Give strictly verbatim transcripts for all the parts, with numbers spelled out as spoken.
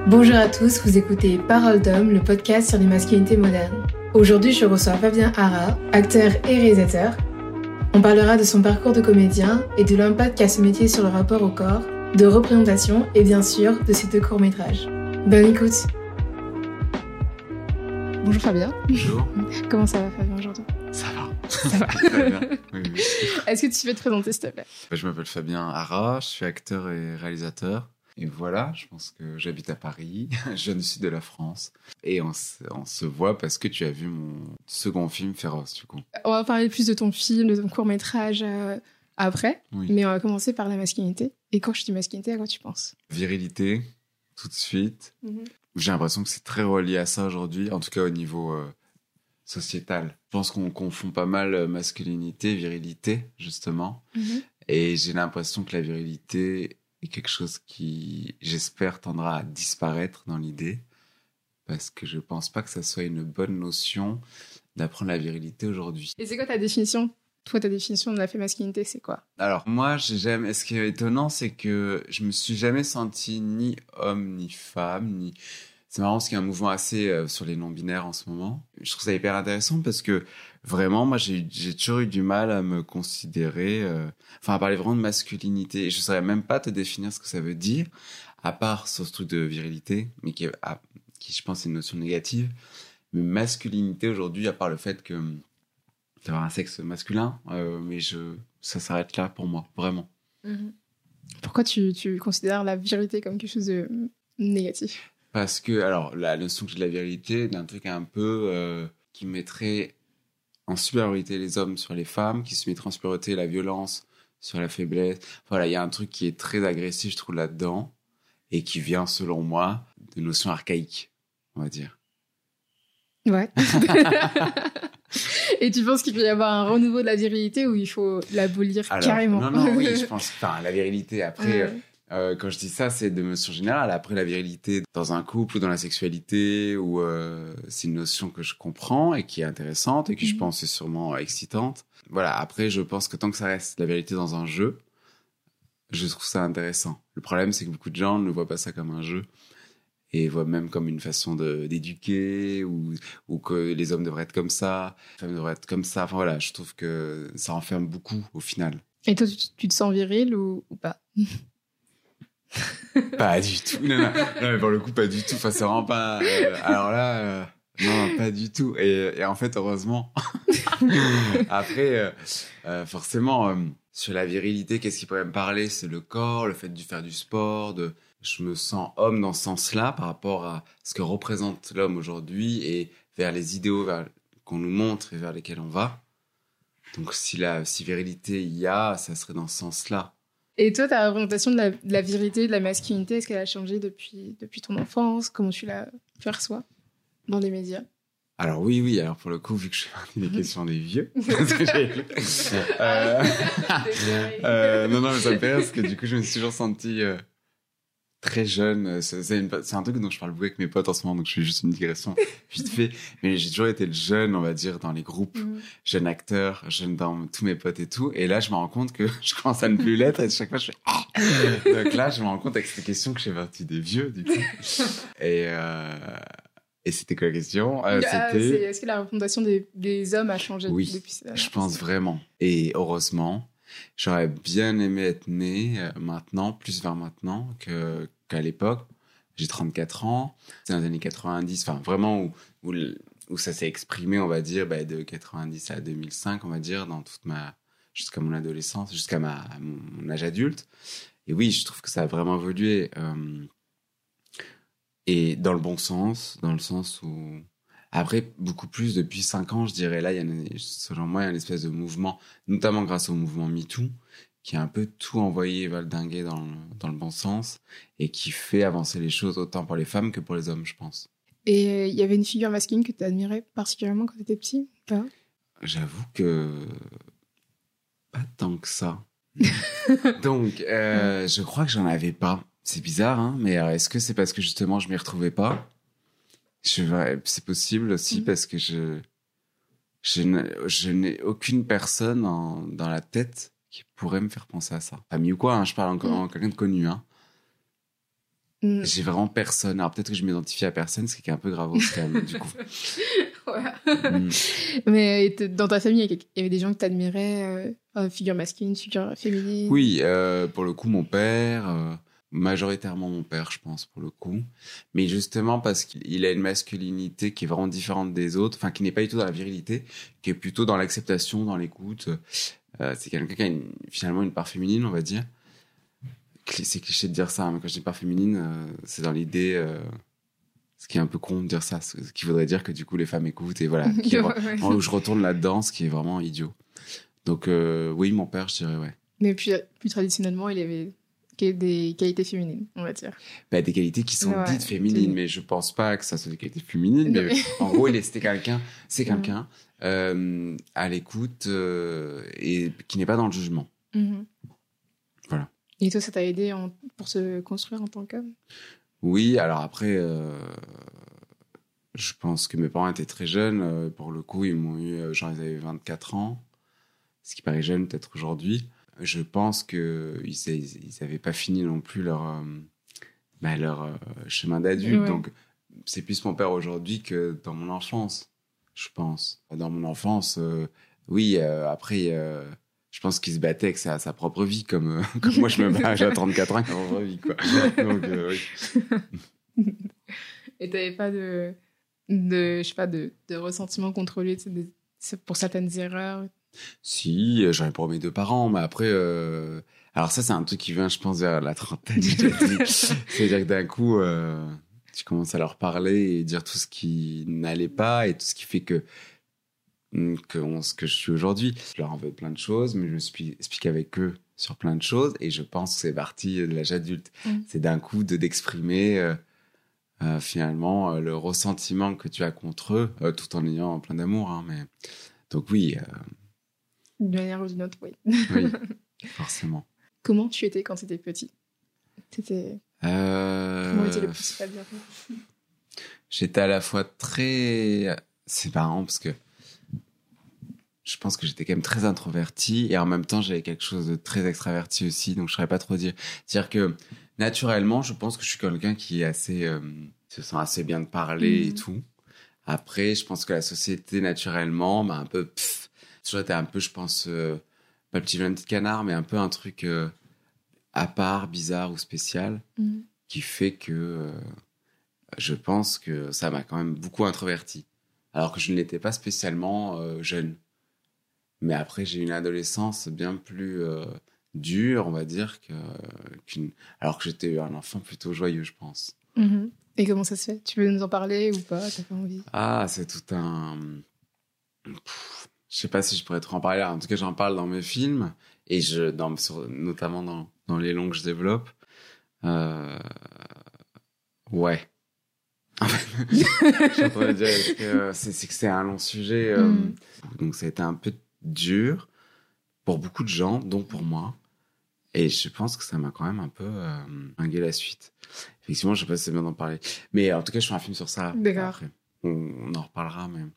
Bonjour à tous, vous écoutez Parole d'homme, le podcast sur les masculinités modernes. Aujourd'hui, je reçois Fabien Hara, acteur et réalisateur. On parlera de son parcours de comédien et de l'impact qu'a ce métier sur le rapport au corps, de représentation et bien sûr de ses deux courts-métrages. Bonne écoute. Bonjour Fabien. Bonjour. Comment ça va Fabien aujourd'hui ? Ça va. Ça va. Très bien. Oui, oui. Est-ce que tu peux te présenter s'il te plaît ? Je m'appelle Fabien Hara, je suis acteur et réalisateur. Et voilà, je pense que j'habite à Paris, je viens du sud de la France. Et on se, on se voit parce que tu as vu mon second film Féroce, du coup. On va parler plus de ton film, de ton court-métrage euh, après. Oui. Mais on va commencer par la masculinité. Et quand je dis masculinité, à quoi tu penses ? Virilité, tout de suite. Mm-hmm. J'ai l'impression que c'est très relié à ça aujourd'hui, en tout cas au niveau euh, sociétal. Je pense qu'on confond pas mal masculinité et virilité, justement. Mm-hmm. Et j'ai l'impression que la virilité est quelque chose qui, j'espère, tendra à disparaître dans l'idée, parce que je pense pas que ça soit une bonne notion d'apprendre la virilité aujourd'hui. Et c'est quoi ta définition ? Toi, ta définition de la masculinité, c'est quoi ? Alors, moi, j'ai jamais... ce qui est étonnant, c'est que je me suis jamais senti ni homme, ni femme, ni... C'est marrant parce qu'il y a un mouvement assez euh, sur les non-binaires en ce moment. Je trouve ça hyper intéressant parce que vraiment, moi, j'ai, j'ai toujours eu du mal à me considérer... Euh... Enfin, à parler vraiment de masculinité. Et je ne saurais même pas te définir ce que ça veut dire, à part sur ce truc de virilité, mais qui, à... qui je pense, est une notion négative. Mais masculinité, aujourd'hui, à part le fait que d'avoir un sexe masculin, euh, mais je... ça s'arrête là pour moi, vraiment. Mmh. Pourquoi tu, tu considères la virilité comme quelque chose de négatif ? Parce que, alors, la notion que j'ai de la virilité, d'un truc un peu euh, qui mettrait en supériorité les hommes sur les femmes, qui se mettrait en supériorité la violence sur la faiblesse. Voilà, il y a un truc qui est très agressif, je trouve, là-dedans, et qui vient, selon moi, de notions archaïques, on va dire. Ouais. Et tu penses qu'il peut y avoir un renouveau de la virilité ou il faut l'abolir alors, carrément ? Non, non, oui, je pense. Enfin, la virilité, après... Ouais. Euh, quand je dis ça, c'est de notion générale. Après, la virilité dans un couple ou dans la sexualité, ou euh, c'est une notion que je comprends et qui est intéressante et qui, mmh. je pense, est sûrement excitante. Voilà. Après, je pense que tant que ça reste la virilité dans un jeu, je trouve ça intéressant. Le problème, c'est que beaucoup de gens ne voient pas ça comme un jeu et voient même comme une façon de, d'éduquer ou, ou que les hommes devraient être comme ça, les femmes devraient être comme ça. Enfin voilà, je trouve que ça enferme beaucoup au final. Et toi, tu, tu te sens viril ou, ou pas ? Pas du tout. Non, non, non, mais pour le coup, pas du tout. Enfin, c'est vraiment pas... Euh, alors là, euh, non, pas du tout. Et, et en fait, heureusement. Après, euh, euh, forcément, euh, sur la virilité, qu'est-ce qui pourrait me parler ? C'est le corps, le fait de faire du sport. De... Je me sens homme dans ce sens-là par rapport à ce que représente l'homme aujourd'hui et vers les idéaux vers... qu'on nous montre et vers lesquels on va. Donc, si la si virilité il y a, ça serait dans ce sens-là. Et toi, ta représentation de la, de la virilité, de la masculinité, est-ce qu'elle a changé depuis, depuis ton enfance ? Comment tu la perçois dans les médias ? Alors oui, oui. Alors pour le coup, vu que je fais partie des questions des vieux, euh... euh, non, non, mais ça me fait rire parce que du coup, je me suis toujours senti euh, très jeune. C'est, c'est, une... c'est un truc dont je parle beaucoup avec mes potes en ce moment, donc je fais juste une digression vite fait. Mais j'ai toujours été le jeune, on va dire, dans les groupes, mmh. jeune acteur, jeune dans tous mes potes et tout. Et là, je me rends compte que je commence à ne plus l'être et chaque fois, je fais ah! Donc là, je me rends compte avec cette question que je fais partie des vieux, du coup. Et euh... Et c'était quoi la question ? euh, ah, c'était... c'est, Est-ce que la représentation des, des hommes a changé oui, depuis ça ? Oui, je pense vraiment. Et heureusement, j'aurais bien aimé être né euh, maintenant, plus vers maintenant que, qu'à l'époque. J'ai trente-quatre ans. C'est dans les années quatre-vingt-dix, enfin vraiment où, où, où ça s'est exprimé, on va dire, bah, de quatre-vingt-dix à deux mille cinq, on va dire, dans toute ma... jusqu'à mon adolescence, jusqu'à ma, mon âge adulte. Et oui, je trouve que ça a vraiment évolué. Euh... Et dans le bon sens, dans le sens où... Après, beaucoup plus depuis cinq ans, je dirais, là, il y a une, selon moi, il y a une espèce de mouvement, notamment grâce au mouvement MeToo, qui a un peu tout envoyé valdinguer dans le, dans le bon sens et qui fait avancer les choses autant pour les femmes que pour les hommes, je pense. Et il y avait une figure masculine que tu admirais particulièrement quand tu étais petit, pas ? J'avoue que... pas tant que ça. Donc, euh, je crois que j'en avais pas. C'est bizarre, hein, mais est-ce que c'est parce que justement je m'y retrouvais pas ? je, C'est possible aussi mmh. parce que je, je, n'ai, je n'ai aucune personne en, dans la tête qui pourrait me faire penser à ça. Famille ou quoi, hein, je parle en, mmh. en quelqu'un de connu. Hein. Mm. J'ai vraiment personne. Alors peut-être que je m'identifie à personne, ce qui est un peu grave aussi quand même, du coup. Ouais. Mm. Mais t- dans ta famille, il y a- il y avait des gens que t'admiraient, euh, figure masculine, figure féminine. Oui, euh, pour le coup, mon père, euh, majoritairement mon père, je pense, pour le coup. Mais justement parce qu'il il a une masculinité qui est vraiment différente des autres, enfin qui n'est pas du tout dans la virilité, qui est plutôt dans l'acceptation, dans l'écoute. Euh, c'est quelqu'un qui a une, finalement une part féminine, on va dire. Cli- C'est cliché de dire ça, hein, mais quand je dis part féminine, euh, c'est dans l'idée... Euh, ce qui est un peu con de dire ça, ce qui voudrait dire que du coup les femmes écoutent et voilà. Qui est vra- Ouais. où je retourne là-dedans, ce qui est vraiment idiot. Donc euh, oui, mon père, je dirais ouais. Mais puis, plus traditionnellement, il avait quai- des qualités féminines, on va dire. Bah, des qualités qui sont Ouais, dites féminines, féminines. mais je pense pas que ça soit des qualités féminines. Non, Mais mais- en gros, il est, c'était quelqu'un, c'est quelqu'un euh, à l'écoute euh, et qui n'est pas dans le jugement. Mhm. Voilà. Et toi, ça t'a aidé en- pour se construire en tant qu'homme? Oui, alors après, euh, je pense que mes parents étaient très jeunes. Euh, pour le coup, ils m'ont eu, euh, genre, ils avaient vingt-quatre ans, ce qui paraît jeune peut-être aujourd'hui. Je pense que ils, ils, ils avaient pas fini non plus leur, euh, bah, leur euh, chemin d'adulte. Ouais. Donc, c'est plus mon père aujourd'hui que dans mon enfance, je pense. Dans mon enfance, euh, oui, euh, après, euh, je pense qu'il se battait avec sa, sa propre vie, comme, euh, comme moi je me bats à trente-quatre ans avec ma propre vie, quoi. Donc, euh, oui. Et t'avais pas de, de, je sais pas, de, de ressentiment contre lui, tu sais, de- c'est pour certaines erreurs? Si, euh, j'en ai pour mes deux parents, mais après... Euh... Alors ça, c'est un truc qui vient, je pense, vers la trentaine. je te dis. C'est-à-dire que d'un coup, euh, tu commences à leur parler et dire tout ce qui n'allait pas et tout ce qui fait que, que on, ce que je suis aujourd'hui. Je leur en veux plein de choses, mais je me suis expliqué avec eux sur plein de choses et je pense que c'est parti de l'âge adulte. Mm. C'est d'un coup de d'exprimer euh, euh, finalement euh, le ressentiment que tu as contre eux, euh, tout en ayant plein d'amour. Hein, mais... Donc oui, euh, D'une manière ou d'une autre, oui. oui, forcément. Comment tu étais quand tu étais petit? T'étais... Euh... Comment était le petit Fabien? J'étais à la fois très... C'est marrant parce que je pense que j'étais quand même très introverti et en même temps j'avais quelque chose de très extraverti aussi, donc je ne saurais pas trop dire. C'est-à-dire que naturellement, je pense que je suis quelqu'un qui est assez... Euh, se sent assez bien de parler Mhm. et tout. Après, je pense que la société, naturellement, m'a un peu... Pff, toujours été un peu, je pense... Euh, pas le petit vilain petit canard, mais un peu un truc euh, à part, bizarre ou spécial, Mhm. qui fait que euh, je pense que ça m'a quand même beaucoup introverti. Alors que je ne l'étais pas spécialement euh, jeune. Mais après, j'ai eu une adolescence bien plus euh, dure, on va dire, que, qu'une... alors que j'étais un enfant plutôt joyeux, je pense. Mhm. Et comment ça se fait? Tu veux nous en parler ou pas? T'as pas envie? Ah, c'est tout un... Pff, je sais pas si je pourrais trop en parler là. En tout cas, j'en parle dans mes films, et je, dans, sur, notamment dans, dans les longs que je développe. Euh... Ouais. je suis en train de dire est-ce que c'est, c'est que c'est un long sujet. Euh, Mm. Donc, ça a été un peu dur pour beaucoup de gens, dont pour moi. Et je pense que ça m'a quand même un peu euh, ringué la suite. Effectivement, je sais pas si c'est bien d'en parler. Mais en tout cas, je fais un film sur ça. D'accord. Après. On, on en reparlera, mais...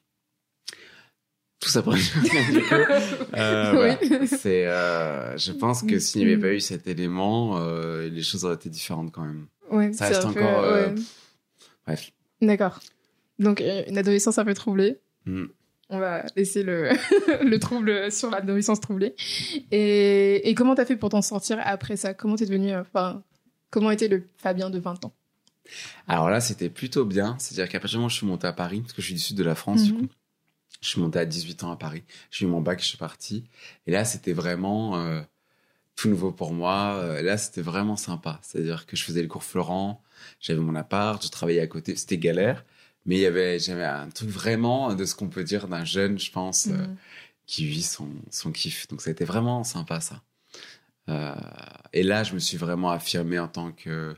Tout ça pour dire, du coup, euh, voilà. Oui. C'est, euh, je pense que s'il n'y avait pas eu cet élément, euh, les choses auraient été différentes quand même. Ouais, Ça c'est reste un peu, encore, euh, ouais. Bref. D'accord. Donc, euh, une adolescence un peu troublée. Mm. On va laisser le, le trouble sur l'adolescence troublée. Et, et comment t'as fait pour t'en sortir après ça? Comment t'es devenu, euh, enfin, comment était le Fabien de vingt ans? Alors là, c'était plutôt bien. C'est-à-dire qu'à partir du moment où je suis monté à Paris, parce que je suis du sud de la France, du Mhm. coup, je suis monté à dix-huit ans à Paris. J'ai eu mon bac, je suis parti. Et là, c'était vraiment euh, tout nouveau pour moi. Euh, Là, c'était vraiment sympa. C'est-à-dire que je faisais le cours Florent, j'avais mon appart, je travaillais à côté. C'était galère, mais il y avait, j'avais un truc vraiment de ce qu'on peut dire d'un jeune, je pense, euh, Mhm. qui vit son, son kiff. Donc, ça a été vraiment sympa, ça. Euh, et là, je me suis vraiment affirmé en tant que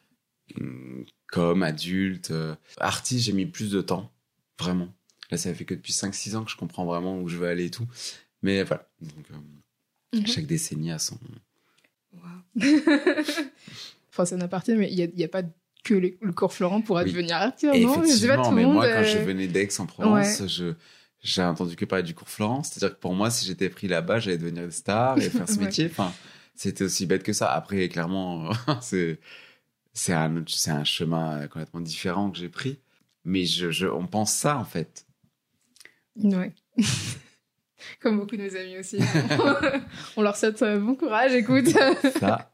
comme adulte. Euh, artiste, j'ai mis plus de temps, vraiment. Là, ça fait que depuis cinq six ans que je comprends vraiment où je veux aller et tout. Mais voilà. Donc, euh, Mhm. chaque décennie a son... Enfin, ça n'appartient, mais il n'y a, il y a pas que les- le cours Florent pour Oui. devenir artiste, Et non? Je sais pas, effectivement, tout le mais monde, moi, quand euh, je venais d'Aix-en-Provence, Ouais. je... j'ai entendu que parler du cours Florent. C'est-à-dire que pour moi, si j'étais pris là-bas, j'allais devenir une star et faire ce Ouais. métier. Enfin, c'était aussi bête que ça. Après, clairement, c'est... c'est un, c'est un chemin complètement différent que j'ai pris. Mais je, je, on pense ça, en fait. Ouais. Comme beaucoup de mes amis aussi. On leur souhaite bon courage, écoute. Ça.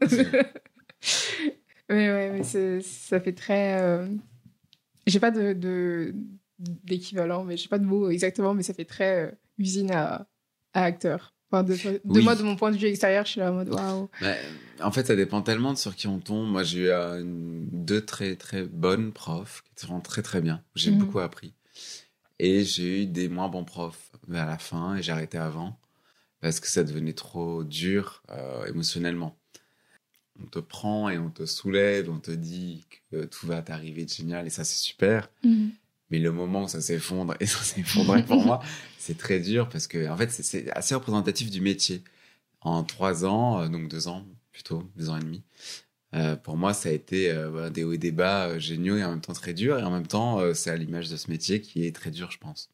Mais ouais, mais c'est, ça fait très... Euh... J'ai pas de, de, d'équivalent, mais j'ai pas de mots exactement, mais ça fait très euh, usine à, à acteur. Enfin, de, de Oui. moi, de mon point de vue extérieur, je suis là en mode waouh. En fait, ça dépend tellement de sur qui on tombe. Moi, j'ai eu euh, une, deux très, très bonnes profs qui étaient vraiment très, très bien. J'ai Mhm. beaucoup appris. Et j'ai eu des moins bons profs vers la fin et j'ai arrêté avant parce que ça devenait trop dur euh, émotionnellement. On te prend et on te soulève, on te dit que tout va t'arriver de génial et ça, c'est super. Mhm. Mais le moment où ça s'effondre, et ça s'effondrait pour moi, c'est très dur parce que, en fait, c'est, c'est assez représentatif du métier. En trois ans, euh, donc deux ans plutôt, deux ans et demi, euh, pour moi, ça a été euh, voilà, des hauts et des bas euh, géniaux et en même temps très durs. Et en même temps, euh, c'est à l'image de ce métier qui est très dur, je pense.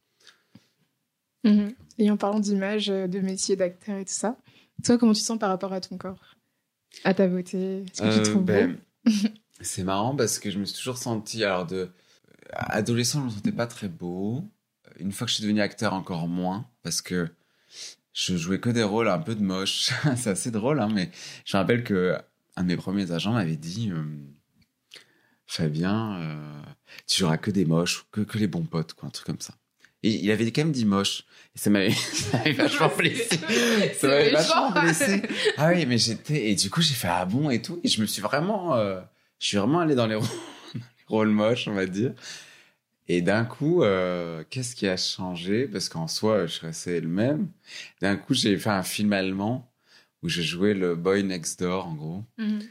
Mhm. Et en parlant d'image, de métier, d'acteur et tout ça, toi, comment tu te sens par rapport à ton corps, à ta beauté? Est-ce que Euh, tu te trouves ben, beau? C'est marrant parce que je me suis toujours senti, alors de adolescent, je me sentais pas très beau. Une fois que je suis devenu acteur, encore moins, parce que je jouais que des rôles un peu de moche. C'est assez drôle, hein, mais je me rappelle que un de mes premiers agents m'avait dit euh, Fabien, euh, tu joueras que des moches, que, que les bons potes, quoi, un truc comme ça. Et il avait quand même dit moche. Et ça m'avait, ça m'avait vachement blessé. Ça m'avait vachement blessé. Ah oui, mais j'étais, et du coup, j'ai fait ah bon et tout. Et je me suis vraiment, euh, je suis vraiment allé dans les rôles, dans les rôles moches, on va dire. Et d'un coup, euh, qu'est-ce qui a changé? Parce qu'en soi, je restais le même. D'un coup, j'ai fait un film allemand où je jouais le boy next door, en gros. Mhm.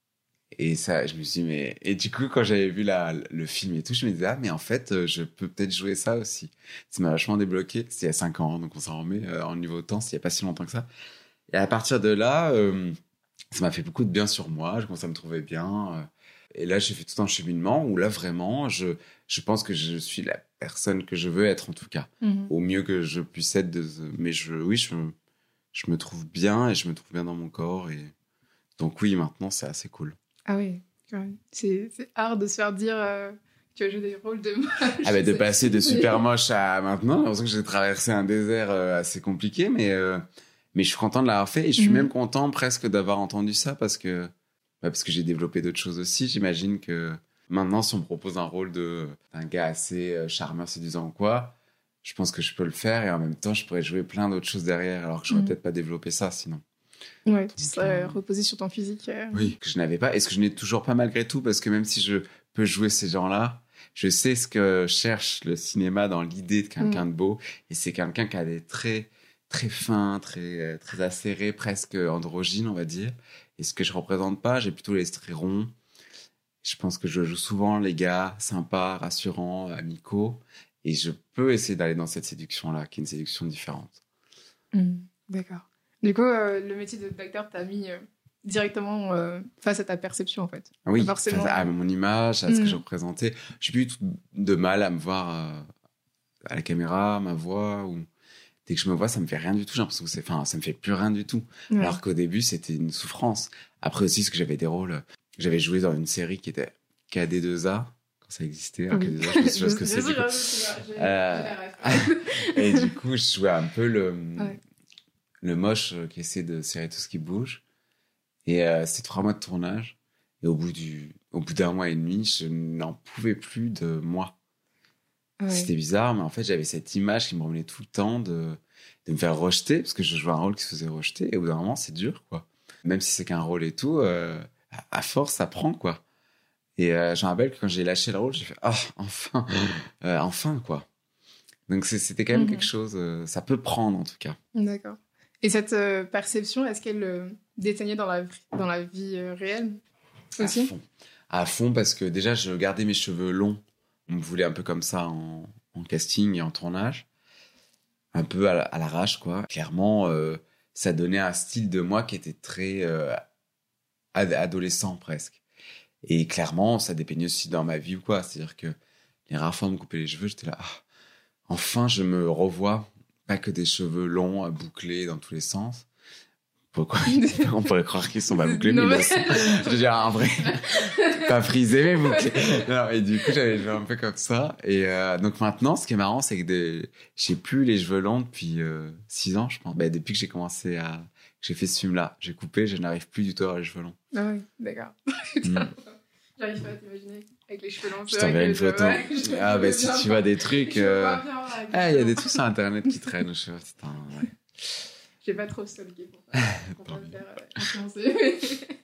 Et ça, je me suis dit, mais... Et du coup, quand j'avais vu la, le film et tout, je me disais, ah, mais en fait, euh, je peux peut-être jouer ça aussi. Ça m'a vachement débloqué. C'était il y a cinq ans, donc on s'en remet euh, en niveau temps, c'était il n'y a pas si longtemps que ça. Et à partir de là, euh, ça m'a fait beaucoup de bien sur moi. Je commençais à me trouver bien. euh. Et là, j'ai fait tout un cheminement où là, vraiment, je, je pense que je suis la personne que je veux être, en tout cas. Mhm. Au mieux que je puisse être. De... Mais je, oui, je, je me trouve bien et je me trouve bien dans mon corps. Et... Donc oui, maintenant, c'est assez cool. Ah oui, quand même. C'est, c'est hard de se faire dire euh, que tu vas jouer des rôles de moche. Ah bah de passer de super moche à maintenant, j'ai l'impression que j'ai traversé un désert euh, assez compliqué, mais, euh, mais je suis content de l'avoir fait et je suis Mhm. même content presque d'avoir entendu ça parce que, bah parce que j'ai développé d'autres choses aussi. J'imagine que maintenant, si on me propose un rôle de, d'un gars assez euh, charmeur, séduisant ou quoi, je pense que je peux le faire et en même temps, je pourrais jouer plein d'autres choses derrière alors que j'aurais Mhm. peut-être pas développé ça sinon. Ouais, tu serais euh, reposé sur ton physique. euh. Oui, que je n'avais pas et ce que je n'ai toujours pas malgré tout parce que même si je peux jouer ces gens-là, je sais ce que cherche le cinéma dans l'idée de quelqu'un de beau et c'est quelqu'un qui a des traits très fins, très très acérés, presque androgynes, on va dire. Et ce que je représente pas, j'ai plutôt les traits ronds. Je pense que je joue souvent les gars sympas, rassurants, amicaux et je peux essayer d'aller dans cette séduction-là, qui est une séduction différente. Mhm. D'accord. Du coup, euh, le métier de d'acteur t'a mis euh, directement euh, face à ta perception, en fait. Oui, Forcément. face à mon image, à ce que Mm. je représentais. J'ai plus eu tout de mal à me voir euh, à la caméra, ma voix. Ou... Dès que je me vois, ça me fait rien du tout. J'ai l'impression que c'est... Enfin, ça me fait plus rien du tout. Ouais. Alors qu'au début, c'était une souffrance. Après aussi, parce que j'avais des rôles... J'avais joué dans une série qui était K D deux A, quand ça existait. Alors, Oui. K D deux A, je me souviens ce que c'est. Du coup. Euh, Et du coup, je jouais un peu le... Ouais. le moche qui essaie de serrer tout ce qui bouge. Et euh, c'était trois mois de tournage. Et au bout, du, au bout d'un mois et demi, je n'en pouvais plus de moi. Ouais. C'était bizarre, mais en fait, j'avais cette image qui me revenait tout le temps de, de me faire rejeter, parce que je jouais un rôle qui se faisait rejeter. Et au bout d'un moment, c'est dur, quoi. Même si c'est qu'un rôle et tout, euh, à force, ça prend, quoi. Et euh, je me rappelle que quand j'ai lâché le rôle, j'ai fait « Ah, enfin euh, Enfin, quoi !» Donc, c'est, c'était quand même Mhm. quelque chose... Euh, ça peut prendre, en tout cas. D'accord. Et cette euh, perception, est-ce qu'elle euh, déteignait dans la, dans la vie euh, réelle aussi? À fond. À fond, parce que déjà, je gardais mes cheveux longs. On me voulait un peu comme ça en, en casting et en tournage. Un peu à, à l'arrache, quoi. Clairement, euh, ça donnait un style de moi qui était très euh, ad- adolescent, presque. Et clairement, ça dépeignait aussi dans ma vie ou quoi. C'est-à-dire que les rares fois de me couper les cheveux, j'étais là, ah, enfin, je me revois. Pas que des cheveux longs, bouclés dans tous les sens. Pourquoi on pourrait croire qu'ils sont pas bouclés, Non, mais mais... ils le sont. Je veux dire, en vrai, pas frisés, mais bouclés. Non, et du coup, j'avais les cheveux un peu comme ça. Et euh, donc maintenant, ce qui est marrant, c'est que des... j'ai plus les cheveux longs depuis euh, six ans, je pense. Bah, depuis que j'ai commencé à... que j'ai fait ce film-là. J'ai coupé, je n'arrive plus du tout à avoir les cheveux longs. Ah oui, d'accord. Mm. J'arrive pas à t'imaginer avec les cheveux longs. Je t'enverrai une photo. Ouais, ah, bah si tu vois des trucs... Euh... Ah, il y a des trucs sur Internet qui traînent, je sais pas. C'est un... ouais. J'ai pas trop stalké pour, pour pas me faire euh, influencer.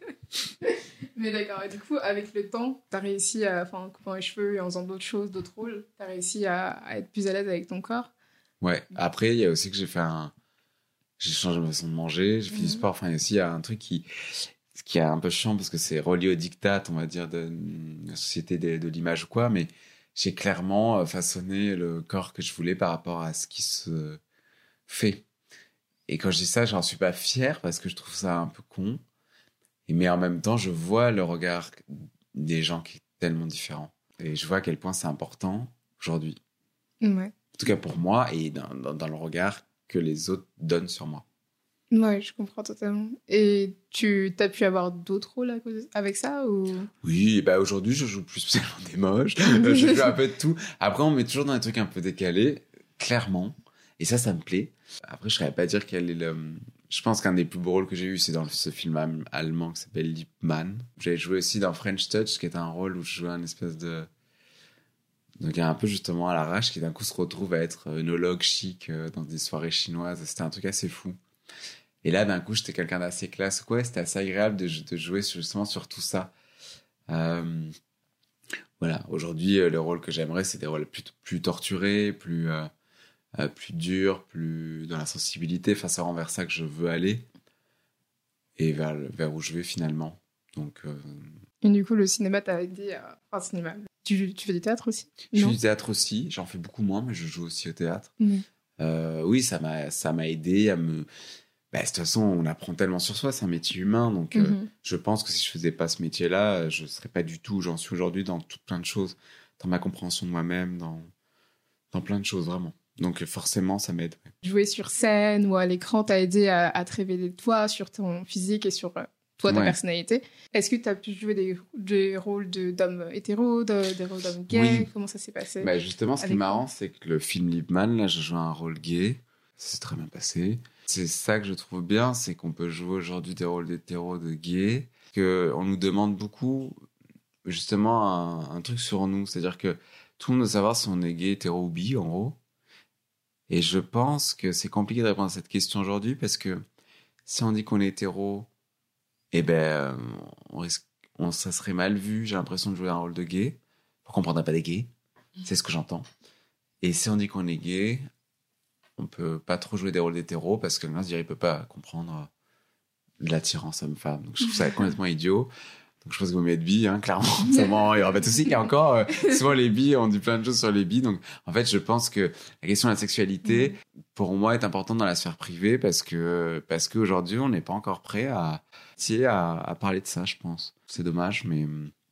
Mais d'accord. Et du coup, avec le temps, t'as réussi à, enfin, en coupant les cheveux et en faisant d'autres choses, d'autres rôles, t'as réussi à, à être plus à l'aise avec ton corps. Ouais. Après, il y a aussi que j'ai fait un... J'ai changé ma façon de manger, j'ai fait mmh. du sport. Enfin, il y a aussi un truc qui... Ce qui est un peu chiant parce que c'est relié au diktat, on va dire, de la société de, de l'image ou quoi, mais j'ai clairement façonné le corps que je voulais par rapport à ce qui se fait. Et quand je dis ça, j'en suis pas fier parce que je trouve ça un peu con. Mais en même temps, je vois le regard des gens qui est tellement différent. Et je vois à quel point c'est important aujourd'hui. Ouais. En tout cas pour moi et dans, dans, dans le regard que les autres donnent sur moi. Ouais, je comprends totalement. Et tu as pu avoir d'autres rôles à cause... avec ça ou... Oui, bah aujourd'hui, je joue plus spécialement des moches. Je joue un peu de tout. Après, on met toujours dans des trucs un peu décalés, clairement. Et ça, ça me plaît. Après, je ne saurais pas dire quel est le... Je pense qu'un des plus beaux rôles que j'ai eu, c'est dans ce film allemand qui s'appelle Ip Man. J'ai joué aussi dans French Touch, qui est un rôle où je jouais un espèce de... Donc, il y a un peu justement à l'arrache, qui d'un coup se retrouve à être œnologue chic dans des soirées chinoises. C'était un truc assez fou. Et là, d'un coup, j'étais quelqu'un d'assez classe. Ouais, c'était assez agréable de, de jouer justement sur tout ça. Euh... Voilà. Aujourd'hui, le rôle que j'aimerais, c'est des rôles plus, plus torturés, plus... Euh... Euh, plus dur, plus dans la sensibilité. Enfin, c'est vers ça que je veux aller et vers, le, vers où je vais finalement. Donc, euh... Et du coup, le cinéma t'a aidé à... Enfin, cinéma. Tu, tu fais du théâtre aussi ? Je fais du théâtre aussi. J'en fais beaucoup moins, mais je joue aussi au théâtre. Mmh. Euh, oui, ça m'a, ça m'a aidé à me... Bah, de toute façon, on apprend tellement sur soi. C'est un métier humain. Donc, mmh. euh, je pense que si je faisais pas ce métier-là, je serais pas du tout où j'en suis aujourd'hui dans tout plein de choses. Dans ma compréhension de moi-même, dans, dans plein de choses, vraiment. Donc forcément, ça m'aide. Jouer sur scène ou à l'écran t'a aidé à, à te révéler de toi, sur ton physique et sur euh, toi, ta ouais. personnalité. Est-ce que tu as pu jouer des, des rôles de, d'hommes hétéros, de, des rôles d'hommes gays ? Oui. Comment ça s'est passé ? Bah justement, ce qui est marrant, c'est que le film Lipman, là, je joue un rôle gay. Ça s'est très bien passé. C'est ça que je trouve bien, c'est qu'on peut jouer aujourd'hui des rôles d'hétéros, de gays. On nous demande beaucoup, justement, un, un truc sur nous. C'est-à-dire que tout le monde veut savoir si on est gay, hétéro ou bi, en gros. Et je pense que c'est compliqué de répondre à cette question aujourd'hui parce que si on dit qu'on est hétéro, eh ben, on risque, on, ça serait mal vu. J'ai l'impression de jouer un rôle de gay. Pourquoi on ne prendrait pas des gays ? C'est ce que j'entends. Et si on dit qu'on est gay, on ne peut pas trop jouer des rôles d'hétéro parce que le gars se dirait qu'il ne peut pas comprendre de l'attirance homme-femme. Donc je trouve ça complètement idiot. Donc je pense qu'il vaut mieux être bi, hein, clairement. Seulement, il y aura pas de souci. Et encore, euh, souvent les bi, on dit plein de choses sur les bi. Donc en fait, je pense que la question de la sexualité, pour moi, est importante dans la sphère privée parce que parce qu'aujourd'hui, on n'est pas encore prêt à, à à parler de ça, je pense. C'est dommage, mais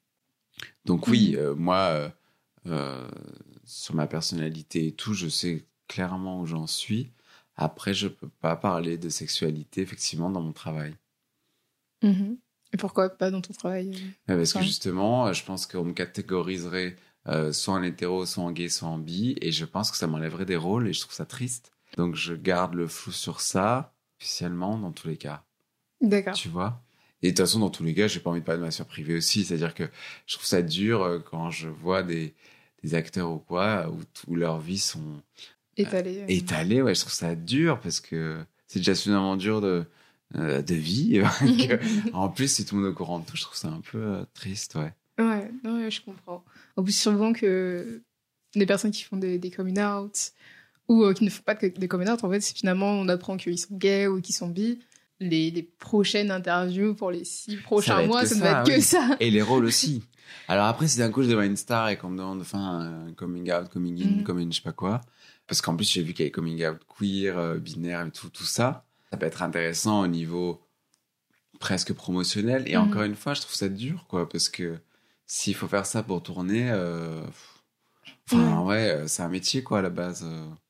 donc oui, euh, moi, euh, euh, sur ma personnalité et tout, je sais clairement où j'en suis. Après, je peux pas parler de sexualité effectivement dans mon travail. Mm-hmm. Et pourquoi pas dans ton travail ? Ouais, parce que justement, je pense qu'on me catégoriserait euh, soit en hétéro, soit en gay, soit en bi, et je pense que ça m'enlèverait des rôles, et je trouve ça triste. Donc je garde le flou sur ça, officiellement, dans tous les cas. D'accord. Tu vois ? Et de toute façon, dans tous les cas, j'ai pas envie de parler de ma sphère privée aussi, c'est-à-dire que je trouve ça dur euh, quand je vois des, des acteurs ou quoi, où, où leurs vies sont... Étalées. Euh, étalées, ouais, je trouve ça dur, parce que c'est déjà suffisamment dur de... Euh, de vie que, en plus si tout le monde est au courant de tout, je trouve ça un peu euh, triste. Ouais, ouais, ouais, je comprends. En plus souvent que les personnes qui font des, des coming out ou euh, qui ne font pas de, des coming out, en fait c'est finalement on apprend qu'ils sont gays ou qu'ils sont bi. Les, les prochaines interviews pour les six prochains mois, ça ne va être oui. que ça. Et les rôles aussi. Alors après, si d'un coup je devais une star et qu'on me demande de faire un coming out, coming in, mm. coming je sais pas quoi, parce qu'en plus j'ai vu qu'il y avait coming out queer, euh, binaire et tout, tout ça. Ça peut être intéressant au niveau presque promotionnel. Et mmh. encore une fois, je trouve ça dur, quoi, parce que s'il faut faire ça pour tourner, euh... enfin, mmh. ouais, c'est un métier, quoi, à la base.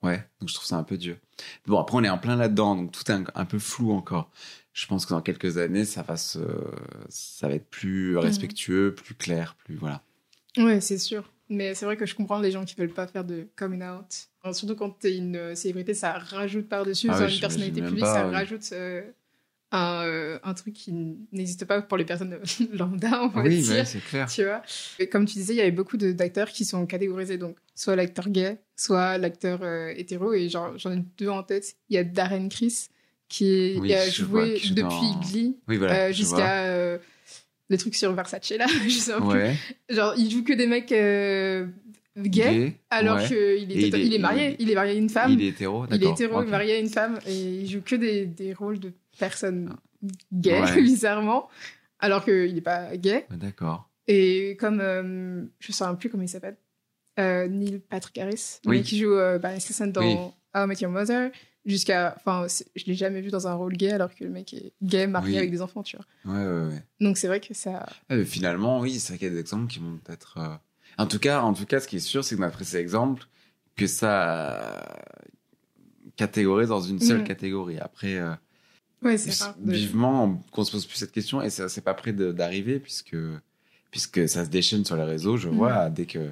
Ouais, donc je trouve ça un peu dur. Bon, après, on est en plein là-dedans, donc tout est un, un peu flou encore. Je pense que dans quelques années, ça va, se, ça va être plus respectueux, mmh. plus clair, plus... Voilà. Ouais, c'est sûr. Mais c'est vrai que je comprends les gens qui veulent pas faire de coming out. Alors, surtout quand t'es une célébrité, ça rajoute par-dessus. Ah ouais, une personnalité publique, pas, ça ouais. rajoute euh, un, euh, un truc qui n'existe pas pour les personnes lambda, on va oui, dire. Oui, c'est clair. Tu vois. Et comme tu disais, il y avait beaucoup de, d'acteurs qui sont catégorisés. Donc, soit l'acteur gay, soit l'acteur euh, hétéro. Et genre, j'en ai deux en tête. Il y a Darren Criss, qui, est, oui, qui a joué vois, depuis dans... Glee oui, voilà, euh, jusqu'à... Euh, les trucs sur Versace, là. Je sais ouais. plus. Genre, il joue que des mecs... Euh, gay, gay alors ouais. qu'il est, tota- il, est, il est marié, il... il est marié à une femme. Il est hétéro, d'accord. Il est hétéro, okay. marié à une femme, et il joue que des, des rôles de personnes gays, ouais. bizarrement, alors qu'il n'est pas gay. D'accord. Et comme, euh, je ne sais plus comment il s'appelle, euh, Neil Patrick Harris, oui. qui joue euh, Barney Stinson dans oui. How I Met Your Mother, jusqu'à, enfin, je l'ai jamais vu dans un rôle gay, alors que le mec est gay, marié oui. avec des enfants, tu vois. Ouais, ouais, ouais. Donc c'est vrai que ça. Ah, mais finalement, oui, c'est vrai qu'il y a des exemples qui vont peut-être. Euh... En tout cas, en tout cas, ce qui est sûr, c'est que d'après ces exemples, que ça catégorise dans une seule mmh. catégorie. Après, euh, ouais, c'est rare de... vivement qu'on se pose plus cette question, et ça, c'est pas près de, d'arriver puisque puisque ça se déchaîne sur les réseaux. Je mmh. vois dès que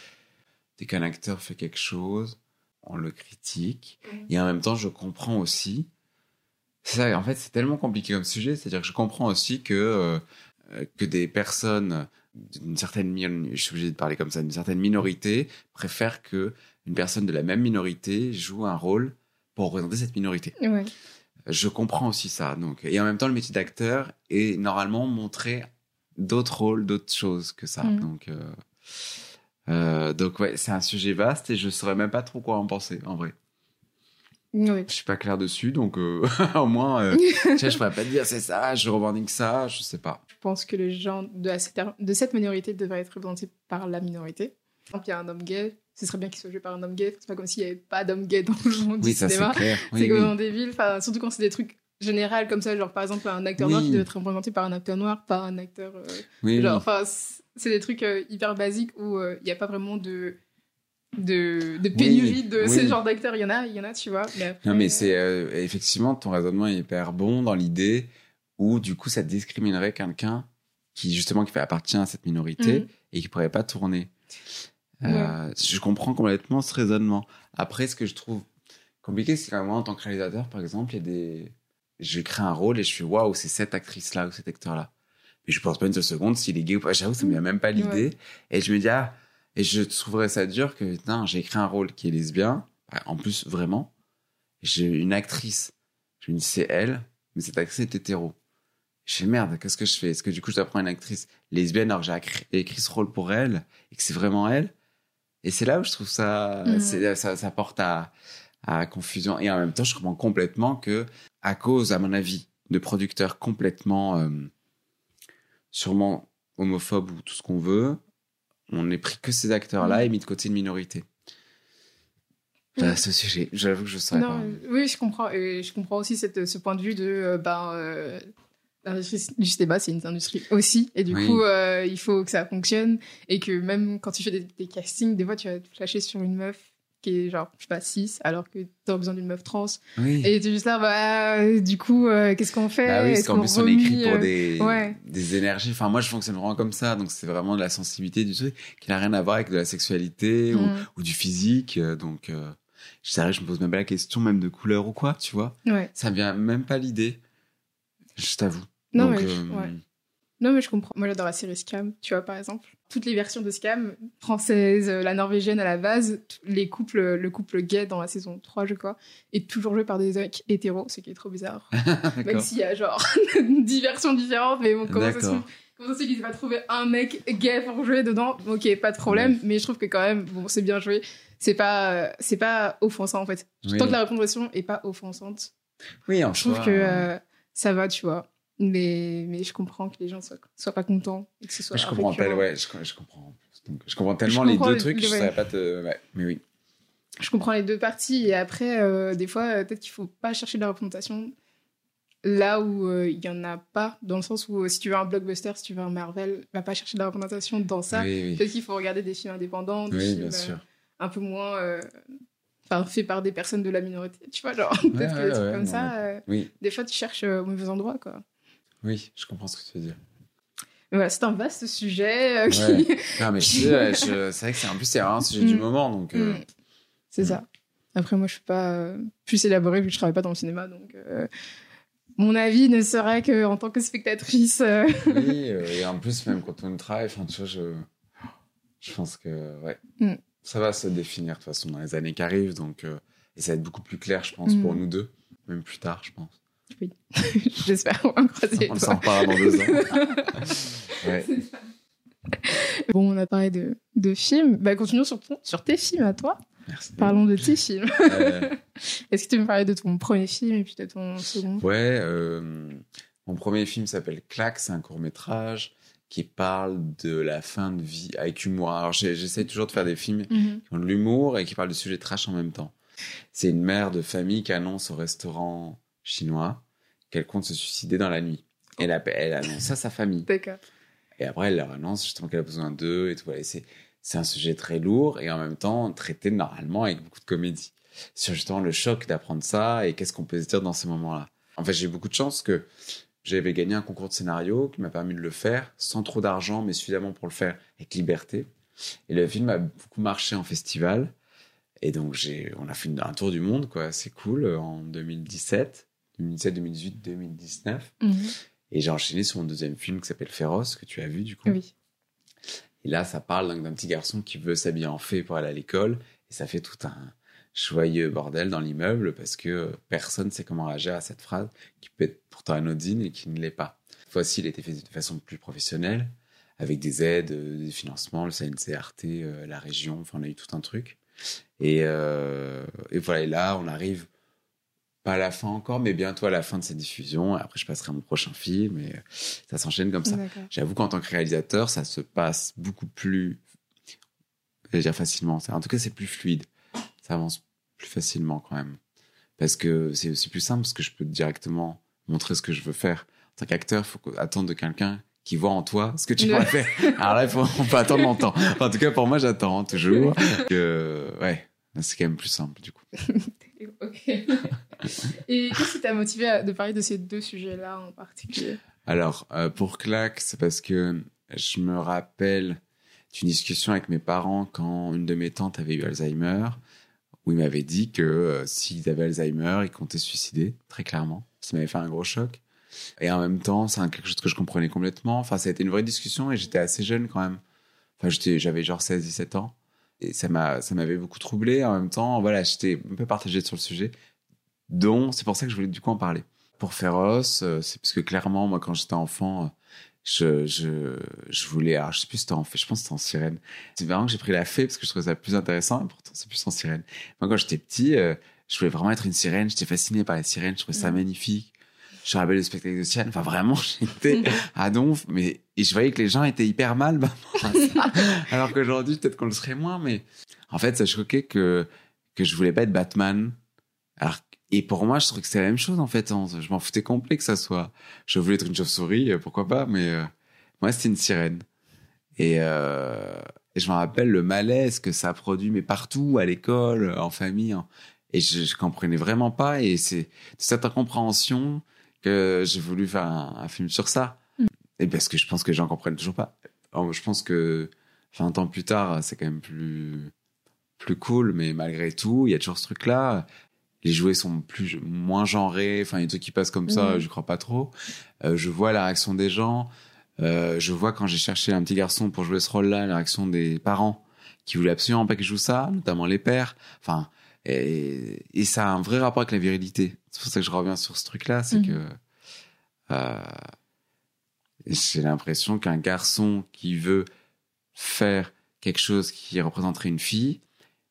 dès qu'un acteur fait quelque chose, on le critique, mmh. et en même temps, je comprends aussi. C'est ça. En fait, c'est tellement compliqué comme sujet, c'est-à-dire que je comprends aussi que euh, que des personnes d'une certaine minorité, je suis obligé de parler comme ça, d'une certaine minorité préfère que une personne de la même minorité joue un rôle pour représenter cette minorité. Ouais. Je comprends aussi ça. Donc, et en même temps, le métier d'acteur est normalement montrer d'autres rôles, d'autres choses que ça. Mmh. Donc, euh, euh, donc ouais, c'est un sujet vaste et je saurais même pas trop quoi en penser, en vrai. Oui. Je suis pas clair dessus, donc euh, au moins, euh, tu sais, je pourrais pas te dire c'est ça, je revendique ça, je sais pas. Je pense que les gens de, la, de cette minorité devraient être représentés par la minorité. Par exemple, il y a un homme gay, ce serait bien qu'il soit joué par un homme gay. C'est pas comme s'il y avait pas d'homme gay dans le monde oui, du ça, cinéma. C'est clair. Oui, c'est oui. complètement débile. Enfin, surtout quand c'est des trucs généraux comme ça, genre par exemple un acteur oui. noir qui doit être représenté par un acteur noir, pas un acteur. Euh, oui, genre, oui. enfin, c'est des trucs euh, hyper basiques où il euh, y a pas vraiment de de, de pénurie oui, de oui. ce genre d'acteurs. Il y en a, il y en a, tu vois. Mais après, non, mais c'est euh, effectivement ton raisonnement est hyper bon dans l'idée où du coup ça discriminerait quelqu'un qui justement qui fait appartient à cette minorité mmh. et qui pourrait pas tourner. Ouais. Euh, je comprends complètement ce raisonnement. Après, ce que je trouve compliqué, c'est quand moi en tant que réalisateur, par exemple, il y a des, je crée un rôle et je fais waouh, c'est cette actrice là ou cet acteur là. Mais je pense pas une seule seconde s'il est gay ou pas. J'avoue, ça me vient même pas l'idée. Ouais. Et je me dis ah. Et je trouverais ça dur que, putain, j'ai écrit un rôle qui est lesbien. En plus, vraiment. J'ai une actrice. Je me dis, c'est elle, mais cette actrice est hétéro. Je fais, merde, qu'est-ce que je fais? Est-ce que du coup, je dois prendre une actrice lesbienne alors que j'ai écrit ce rôle pour elle et que c'est vraiment elle? Et c'est là où je trouve ça, mmh. c'est, ça, ça porte à, à confusion. Et en même temps, je comprends complètement que, à cause, à mon avis, de producteurs complètement, euh, sûrement homophobes ou tout ce qu'on veut, on n'est pris que ces acteurs-là mmh. et mis de côté une minorité. Enfin, mmh. ce sujet, j'avoue que je ne saurais non, pas. Euh, oui, je comprends. Et je comprends aussi cette, ce point de vue de... Euh, ben, euh, l'industrie du cinéma, c'est une industrie aussi. Et du oui. coup, euh, il faut que ça fonctionne. Et que même quand tu fais des, des castings, des fois, tu vas te flasher sur une meuf qui est genre, je sais pas, cis, alors que tu as besoin d'une meuf trans. Oui. Et tu es juste là, bah, du coup, euh, qu'est-ce qu'on fait? Bah oui, parce Est-ce qu'en qu'on plus, remue, on écrit pour des, ouais. des énergies. Enfin, moi, je fonctionne vraiment comme ça. Donc, c'est vraiment de la sensibilité du truc qui n'a rien à voir avec de la sexualité mm. ou, ou du physique. Donc, euh, je me pose même pas la question, même de couleur ou quoi, tu vois. Ouais. Ça me vient même pas l'idée. Je t'avoue. Non, donc, mais euh, je, ouais. Non, mais je comprends. Moi, j'adore la série Scam, tu vois, par exemple. Toutes les versions de Scam, française, la norvégienne à la base, les couples, le couple gay dans la saison trois, je crois, est toujours joué par des mecs hétéros, ce qui est trop bizarre. Même s'il y a genre dix versions différentes, mais bon, comment ça se fait, comment ça se fait qu'ils aient pas trouvé un mec gay pour jouer dedans? Ok, pas de problème, ouais. mais je trouve que quand même, bon, c'est bien joué. C'est pas, c'est pas offensant, en fait. Oui. Tant que la représentation est pas offensante. Oui, en Je trouve soi, que euh, ça va, tu vois. Mais, mais je comprends que les gens soient, soient pas contents et que ce soit je comprends tel, ouais, je, je comprends. Donc, je comprends tellement je comprends les deux les, trucs que les, je ne saurais pas te... Ouais, mais oui. Je comprends les deux parties. Et après, euh, des fois, euh, peut-être qu'il ne faut pas chercher de la représentation là où il euh, n'y en a pas. Dans le sens où, euh, si tu veux un blockbuster, si tu veux un Marvel, va pas chercher de la représentation dans ça. Oui, oui. Peut-être qu'il faut regarder des films indépendants, des oui, films bien sûr. Euh, un peu moins... Euh, enfin, fait par des personnes de la minorité, tu vois, genre, ouais, peut-être ouais, que des trucs ouais, comme non, ça, euh, oui. des fois, tu cherches au mauvais endroit, quoi. Oui, je comprends ce que tu veux dire. Voilà, c'est un vaste sujet. Euh, qui... ouais. Non, mais je, ouais, je, c'est vrai que c'est, en plus, c'est vraiment un sujet mm. du moment, donc... Euh... Mm. C'est mm. ça. Après, moi, je suis pas euh, plus élaborée, vu que je travaille pas dans le cinéma, donc... Euh... Mon avis ne serait qu'en tant que spectatrice... Euh... oui, euh, et en plus, même quand on travaille, enfin, tu vois, je... Je pense que, ouais... Mm. Ça va se définir, de toute façon, dans les années qui arrivent, donc... Euh... Et ça va être beaucoup plus clair, je pense, mm. pour nous deux. Même plus tard, je pense. Oui, j'espère, on va croiser. On s'en reparlera dans deux ans. ouais. Bon, on a parlé de, de films. Bah, continuons sur, ton, sur tes films à toi. Merci. Parlons de tes films. Euh... Est-ce que tu veux me parler de ton premier film et puis de ton second? Ouais, euh, mon premier film s'appelle Claque, c'est un court-métrage qui parle de la fin de vie avec humour. Alors, j'essaie toujours de faire des films mm-hmm. qui ont de l'humour et qui parlent de sujets trash en même temps. C'est une mère de famille qui annonce au restaurant chinois qu'elle compte se suicider dans la nuit. Elle, a, elle annonce à sa famille. D'accord. Et après, elle leur annonce justement qu'elle a besoin d'eux et tout. Et c'est, c'est un sujet très lourd et en même temps traité normalement avec beaucoup de comédie. Sur justement le choc d'apprendre ça et qu'est-ce qu'on peut se dire dans ces moments-là. En fait, j'ai eu beaucoup de chance que j'avais gagné un concours de scénario qui m'a permis de le faire sans trop d'argent, mais suffisamment pour le faire avec liberté. Et le film a beaucoup marché en festival. Et donc, j'ai, on a fait un tour du monde, quoi. C'est cool, en deux mille dix-sept. deux mille dix-sept, deux mille dix-huit, deux mille dix-neuf. Mm-hmm. Et j'ai enchaîné sur mon deuxième film qui s'appelle Féroce, que tu as vu, du coup. Oui. Et là, ça parle donc, d'un petit garçon qui veut s'habiller en fée pour aller à l'école. Et ça fait tout un joyeux bordel dans l'immeuble parce que personne ne sait comment réagir à cette phrase qui peut être pourtant anodine et qui ne l'est pas. Cette fois-ci, il a été fait de façon plus professionnelle, avec des aides, des financements, le C N C R T, euh, la région, enfin, on a eu tout un truc. Et, euh, et voilà, et là, on arrive pas à la fin encore, mais bientôt à la fin de cette diffusion. Et après, je passerai à mon prochain film et ça s'enchaîne comme ça. D'accord. J'avoue qu'en tant que réalisateur, ça se passe beaucoup plus, je vais dire facilement. En tout cas, c'est plus fluide. Ça avance plus facilement quand même. Parce que c'est aussi plus simple, parce que je peux directement montrer ce que je veux faire. En tant qu'acteur, il faut attendre de quelqu'un qui voit en toi ce que tu pourrais faire. Alors là, il faut, on peut attendre longtemps. Enfin, en tout cas, pour moi, j'attends toujours. Que, ouais, c'est quand même plus simple, du coup. Ok. Et qu'est-ce qui t'a motivé à, de parler de ces deux sujets-là en particulier? Alors, euh, pour Claque, c'est parce que je me rappelle d'une discussion avec mes parents quand une de mes tantes avait eu Alzheimer, où ils m'avaient dit que euh, s'ils avaient Alzheimer, ils comptaient se suicider, très clairement. Ça m'avait fait un gros choc. Et en même temps, c'est quelque chose que je comprenais complètement. Enfin, ça a été une vraie discussion et j'étais assez jeune quand même. Enfin, j'étais, j'avais genre seize dix-sept ans. Et ça m'a, ça m'avait beaucoup troublé. En même temps, voilà, j'étais un peu partagé sur le sujet. Donc, c'est pour ça que je voulais du coup en parler. Pour Féroce, euh, c'est parce que clairement, moi, quand j'étais enfant, je, je, je voulais, alors je sais plus si c'était en fée, je pense que c'était en sirène. C'est vraiment que j'ai pris la fée parce que je trouvais ça plus intéressant et pourtant c'est plus en sirène. Moi, quand j'étais petit, euh, je voulais vraiment être une sirène. J'étais fasciné par les sirènes. Je trouvais ça mmh. magnifique. Je me rappelle le spectacle de sirène. Enfin, vraiment, j'étais à donf. Mais, et je voyais que les gens étaient hyper mal, bah, ça. Alors qu'aujourd'hui, peut-être qu'on le serait moins, mais en fait, ça choquait que, que je voulais pas être Batman. Alors, et pour moi, je trouvais que c'était la même chose, en fait. Hein. Je m'en foutais complet que ça soit, je voulais être une chauve-souris, pourquoi pas, mais, euh, moi, c'était une sirène. Et, euh, et je me rappelle le malaise que ça a produit, mais partout, à l'école, en famille, hein. Et je, je comprenais vraiment pas, et c'est de cette incompréhension que j'ai voulu faire un, un film sur ça. Mm. Et parce que je pense que les gens comprennent toujours pas. Alors, je pense que vingt ans plus tard, c'est quand même plus, plus cool, mais malgré tout, il y a toujours ce truc-là. Les jouets sont plus, moins genrés. Enfin, il y a des trucs qui passent comme ça, mm. je crois pas trop. Euh, je vois la réaction des gens. Euh, je vois quand j'ai cherché un petit garçon pour jouer ce rôle-là, la réaction des parents qui voulaient absolument pas que je joue ça, notamment les pères. Enfin, et, et ça a un vrai rapport avec la virilité. C'est pour ça que je reviens sur ce truc-là, c'est mmh. que euh, j'ai l'impression qu'un garçon qui veut faire quelque chose qui représenterait une fille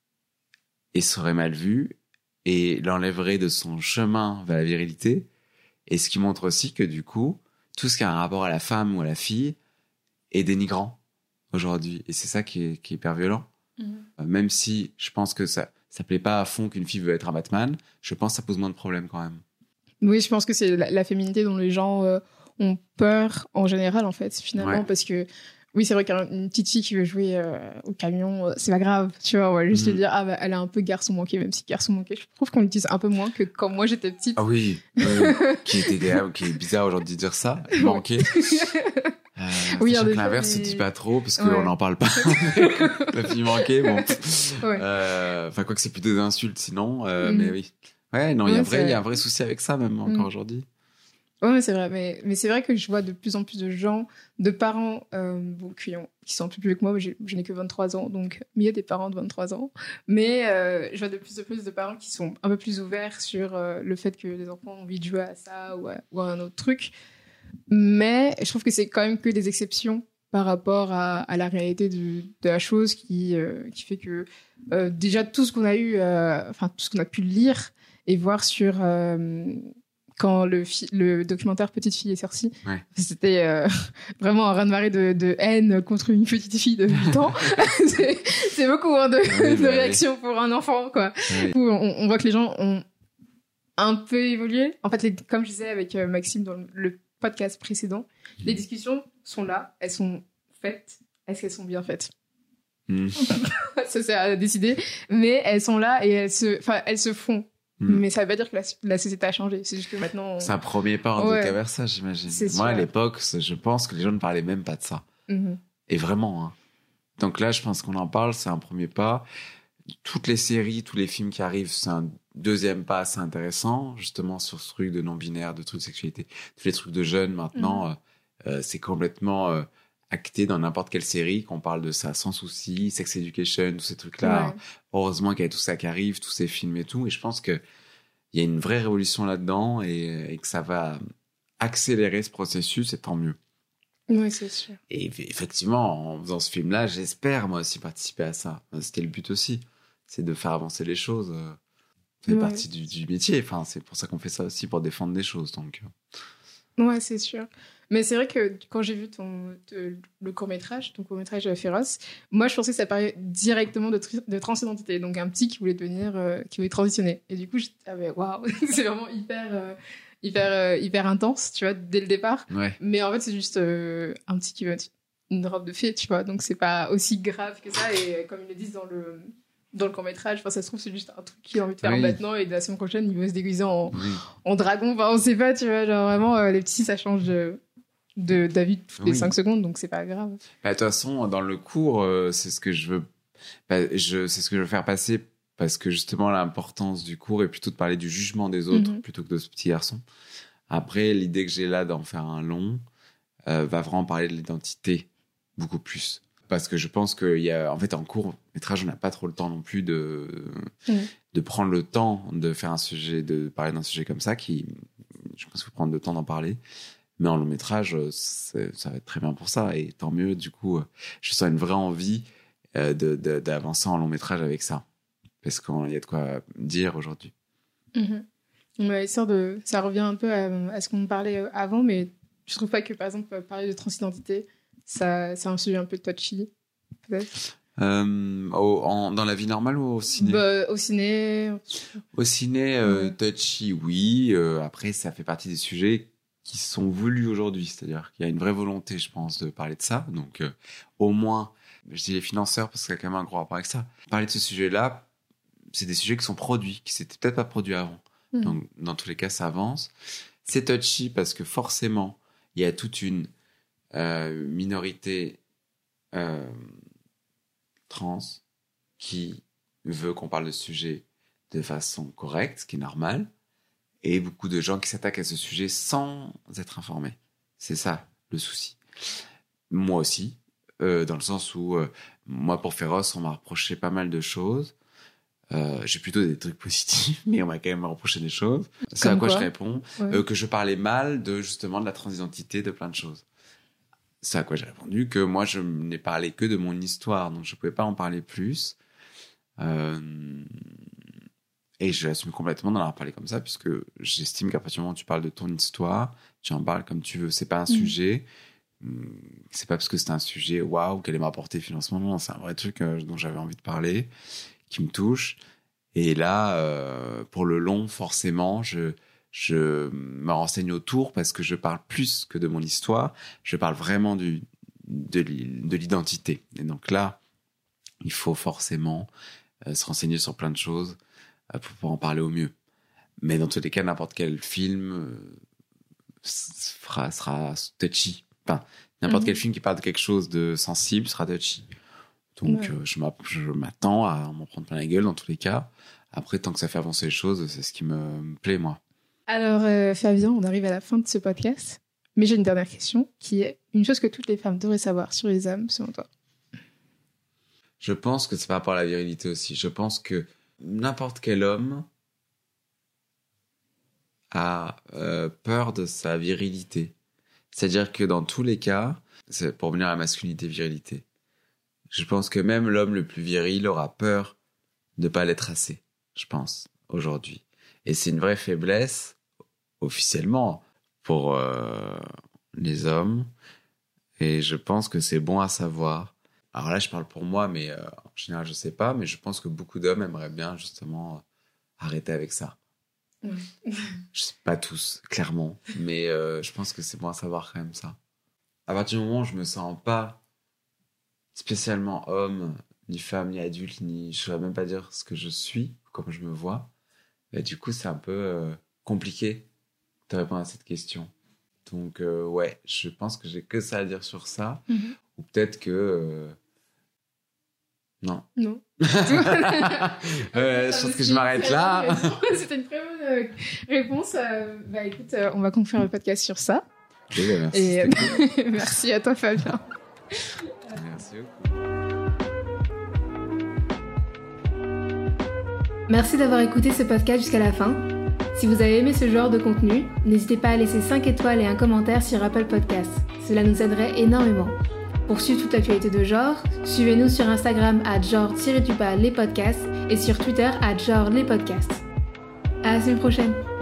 et serait mal vu et l'enlèverait de son chemin vers la virilité. Et ce qui montre aussi que du coup, tout ce qui a un rapport à la femme ou à la fille est dénigrant aujourd'hui. Et c'est ça qui est, qui est hyper violent. Mmh. Euh, même si je pense que ça ça plaît pas à fond qu'une fille veut être un Batman, je pense que ça pose moins de problèmes quand même. Oui, je pense que c'est la, la féminité dont les gens euh, ont peur en général, en fait, finalement, ouais. Parce que Oui, c'est vrai qu'une petite fille qui veut jouer euh, au camion, euh, c'est pas grave, tu vois. On va juste Mhm. te dire, ah, bah, elle a un peu garçon manqué, même si garçon manqué, je trouve qu'on l'utilise un peu moins que quand moi j'étais petite. Ah oui, oui, oui. qui, était, qui est bizarre aujourd'hui de dire ça, manqué. Euh, Oui, en sachant que effet, l'inverse mais- se dit pas trop parce qu'on Ouais. n'en parle pas. La fille manquée, bon. Ouais. Euh, Enfin, quoi que c'est plutôt des insultes sinon, euh, Mhm. mais oui. Ouais, non, il y a Ouais, vrai, il y a c'est- un vrai souci avec ça même encore Mhm. aujourd'hui. Ouais, mais c'est vrai. Mais, mais c'est vrai que je vois de plus en plus de gens, de parents euh, bon, qui, ont, qui sont un peu plus vieux que moi. Mais j'ai- je n'ai que vingt-trois ans, donc mais il y a des parents de vingt-trois ans. Mais euh, je vois de plus en plus de parents qui sont un peu plus ouverts sur euh, le fait que les enfants ont envie de jouer à ça ou à, ou à un autre truc. Mais je trouve que c'est quand même que des exceptions par rapport à, à la réalité de, de la chose qui, euh, qui fait que euh, déjà tout ce qu'on a eu, euh, enfin tout ce qu'on a pu lire et voir sur euh, quand le, fi- le documentaire Petite fille est sorti, Ouais. c'était euh, vraiment un raz-de-marée de, de haine contre une petite fille de huit ans. c'est, c'est beaucoup hein, de, Oui, de bah réactions pour un enfant, quoi. Oui. Du coup, on, on voit que les gens ont un peu évolué. En fait, les- comme je disais avec euh, Maxime dans le, le podcast précédent, les discussions sont là, elles sont faites. Est-ce qu'elles sont bien faites? Mm. Ça, c'est à décider. Mais elles sont là et elles se, enfin, elles se font. Mm. Mais ça veut pas dire que la, la société a changé. C'est juste que maintenant. on- C'est un premier pas en Ouais. tout cas vers ça, j'imagine. C'est Moi, à sûr. l'époque, c'est- je pense que les gens ne parlaient même pas de ça. Mhm. Et vraiment, hein. Donc là, je pense qu'on en parle, c'est un premier pas. Toutes les séries, tous les films qui arrivent, c'est un deuxième pas assez intéressant, justement sur ce truc de non-binaire, de trucs de sexualité. Tous les trucs de jeunes, maintenant, Mhm. euh, euh, c'est complètement euh, acté dans n'importe quelle série qu'on parle de ça sans souci, Sex Education, tous ces trucs-là. Ouais. Heureusement qu'il y a tout ça qui arrive, tous ces films et tout. Et je pense qu'il y a une vraie révolution là-dedans et, et que ça va accélérer ce processus, et tant mieux. Ouais, c'est sûr. Et eff- effectivement, en faisant ce film-là, j'espère moi aussi participer à ça. C'était le but aussi, c'est de faire avancer les choses. euh, Ça fait Ouais. partie du, du métier. Enfin, c'est pour ça qu'on fait ça aussi, pour défendre des choses. Donc, euh, Ouais, c'est sûr. Mais c'est vrai que quand j'ai vu ton, te- le court-métrage, ton court-métrage Féroce, moi, je pensais que ça parlait directement de, tri- de transidentité. Donc, un petit qui voulait devenir, euh, qui voulait transitionner. Et du coup, j'étais, ah ouais, waouh, c'est vraiment hyper, euh, hyper, euh, hyper intense, tu vois, dès le départ. ouais. Mais en fait, c'est juste euh, un petit qui veut être une robe de fée, tu vois. Donc, c'est pas aussi grave que ça. Et euh, comme ils le disent dans le, dans le court-métrage, enfin, ça se trouve, c'est juste un truc qu'il a envie de faire Oui. maintenant. Et la semaine prochaine, il veut se déguiser en, Oui. en dragon. Enfin, on sait pas, tu vois. Genre, vraiment, euh, les petits, ça change de, de, d'avis toutes les Oui. cinq secondes. Donc, c'est pas grave. Bah, de toute façon, dans le cours, euh, c'est ce que je veux. Bah, je, c'est ce que je veux faire passer parce que justement, l'importance du cours est plutôt de parler du jugement des autres Mhm. plutôt que de ce petit garçon. Après, l'idée que j'ai là d'en faire un long euh, va vraiment parler de l'identité beaucoup plus. Parce que je pense qu'il y a, en fait, en court métrage, on n'a pas trop le temps non plus de, Mhm. de prendre le temps de faire un sujet, de parler d'un sujet comme ça qui, je pense qu'il faut prendre le temps d'en parler. Mais en long métrage, c'est- ça va être très bien pour ça. Et tant mieux, du coup, je sens une vraie envie euh, de, de, d'avancer en long métrage avec ça. Parce qu'il y a de quoi dire aujourd'hui. Mhm. Ouais, histoire de, ça revient un peu à, à ce qu'on parlait euh, avant, mais je trouve pas que, par exemple, parler de transidentité, ça, c'est un sujet un peu touchy, peut-être. Euh, au- en- dans la vie normale ou au ciné Bah, au ciné. Au ciné, euh, Ouais. touchy, oui. Euh, après, ça fait partie des sujets qui sont voulus aujourd'hui. C'est-à-dire qu'il y a une vraie volonté, je pense, de parler de ça. Donc, euh, au moins, je dis les financeurs parce qu'il y a quand même un gros rapport avec ça. Parler de ce sujet-là, c'est des sujets qui sont produits, qui s'étaient peut-être pas produits avant. Mhm. Donc, dans tous les cas, ça avance. C'est touchy parce que forcément, il y a toute une euh, minorité euh, trans qui veut qu'on parle de ce sujet de façon correcte, ce qui est normal, et beaucoup de gens qui s'attaquent à ce sujet sans être informés. C'est ça, le souci. Moi aussi, euh, dans le sens où, euh, moi, pour Féroce, on m'a reproché pas mal de choses. Euh, j'ai plutôt des trucs positifs, mais on m'a quand même reproché des choses. C'est à Comme quoi, quoi je réponds Ouais. euh, que je parlais mal de, justement, de la transidentité, de plein de choses. C'est à quoi j'ai répondu que moi, je n'ai parlé que de mon histoire, donc je ne pouvais pas en parler plus. Euh... Et je l'assume complètement d'en avoir parlé comme ça, puisque j'estime qu'à partir du moment où tu parles de ton histoire, tu en parles comme tu veux. C'est pas un Mhm. sujet. C'est pas parce que c'est un sujet, waouh, qu'elle m'a apporté financement. Non, c'est un vrai truc euh, dont j'avais envie de parler, qui me touche. Et là, euh, pour le long, forcément, je, je me renseigne autour parce que je parle plus que de mon histoire. Je parle vraiment du, de, de l'identité. Et donc là, il faut forcément euh, se renseigner sur plein de choses euh, pour pouvoir en parler au mieux. Mais dans tous les cas, n'importe quel film euh, sera, sera touchy. Enfin, n'importe mmh. quel film qui parle de quelque chose de sensible sera touchy. Donc, ouais. euh, je, je m'attends à m'en prendre plein la gueule dans tous les cas. Après, tant que ça fait avancer les choses, c'est ce qui me, me plaît, moi. Alors, euh, Fabien, on arrive à la fin de ce podcast. Mais j'ai une dernière question, qui est une chose que toutes les femmes devraient savoir sur les hommes, selon toi. Je pense que c'est par rapport à la virilité aussi. Je pense que n'importe quel homme a euh, peur de sa virilité. C'est-à-dire que dans tous les cas, c'est pour venir à la masculinité-virilité, je pense que même l'homme le plus viril aura peur de ne pas l'être assez, je pense, aujourd'hui. Et c'est une vraie faiblesse, officiellement, pour euh, les hommes. Et je pense que c'est bon à savoir. Alors là, je parle pour moi, mais euh, en général, je ne sais pas. Mais je pense que beaucoup d'hommes aimeraient bien, justement, arrêter avec ça. Ouais. Je sais pas tous, clairement. Mais euh, je pense que c'est bon à savoir quand même ça. À partir du moment où je me sens pas spécialement homme, ni femme, ni adulte, ni je ne saurais même pas dire ce que je suis, comme je me vois, bah, du coup, c'est un peu euh, compliqué de répondre à cette question. Donc, euh, ouais, je pense que j'ai que ça à dire sur ça. Mm-hmm. Ou peut-être que... Euh... Non. Non. euh, je pense que je m'arrête là. C'était une très bonne réponse. Euh, bah écoute, euh, on va conclure le podcast sur ça. Oui, bah, merci. Et, cool. Merci à toi, Fabien. Merci beaucoup. Merci d'avoir écouté ce podcast jusqu'à la fin. Si vous avez aimé ce genre de contenu, n'hésitez pas à laisser cinq étoiles et un commentaire sur Apple Podcasts. Cela nous aiderait énormément. Pour suivre toute l'actualité de genre, suivez-nous sur Instagram à genre-les podcasts et sur Twitter à genre les podcasts. À la semaine prochaine.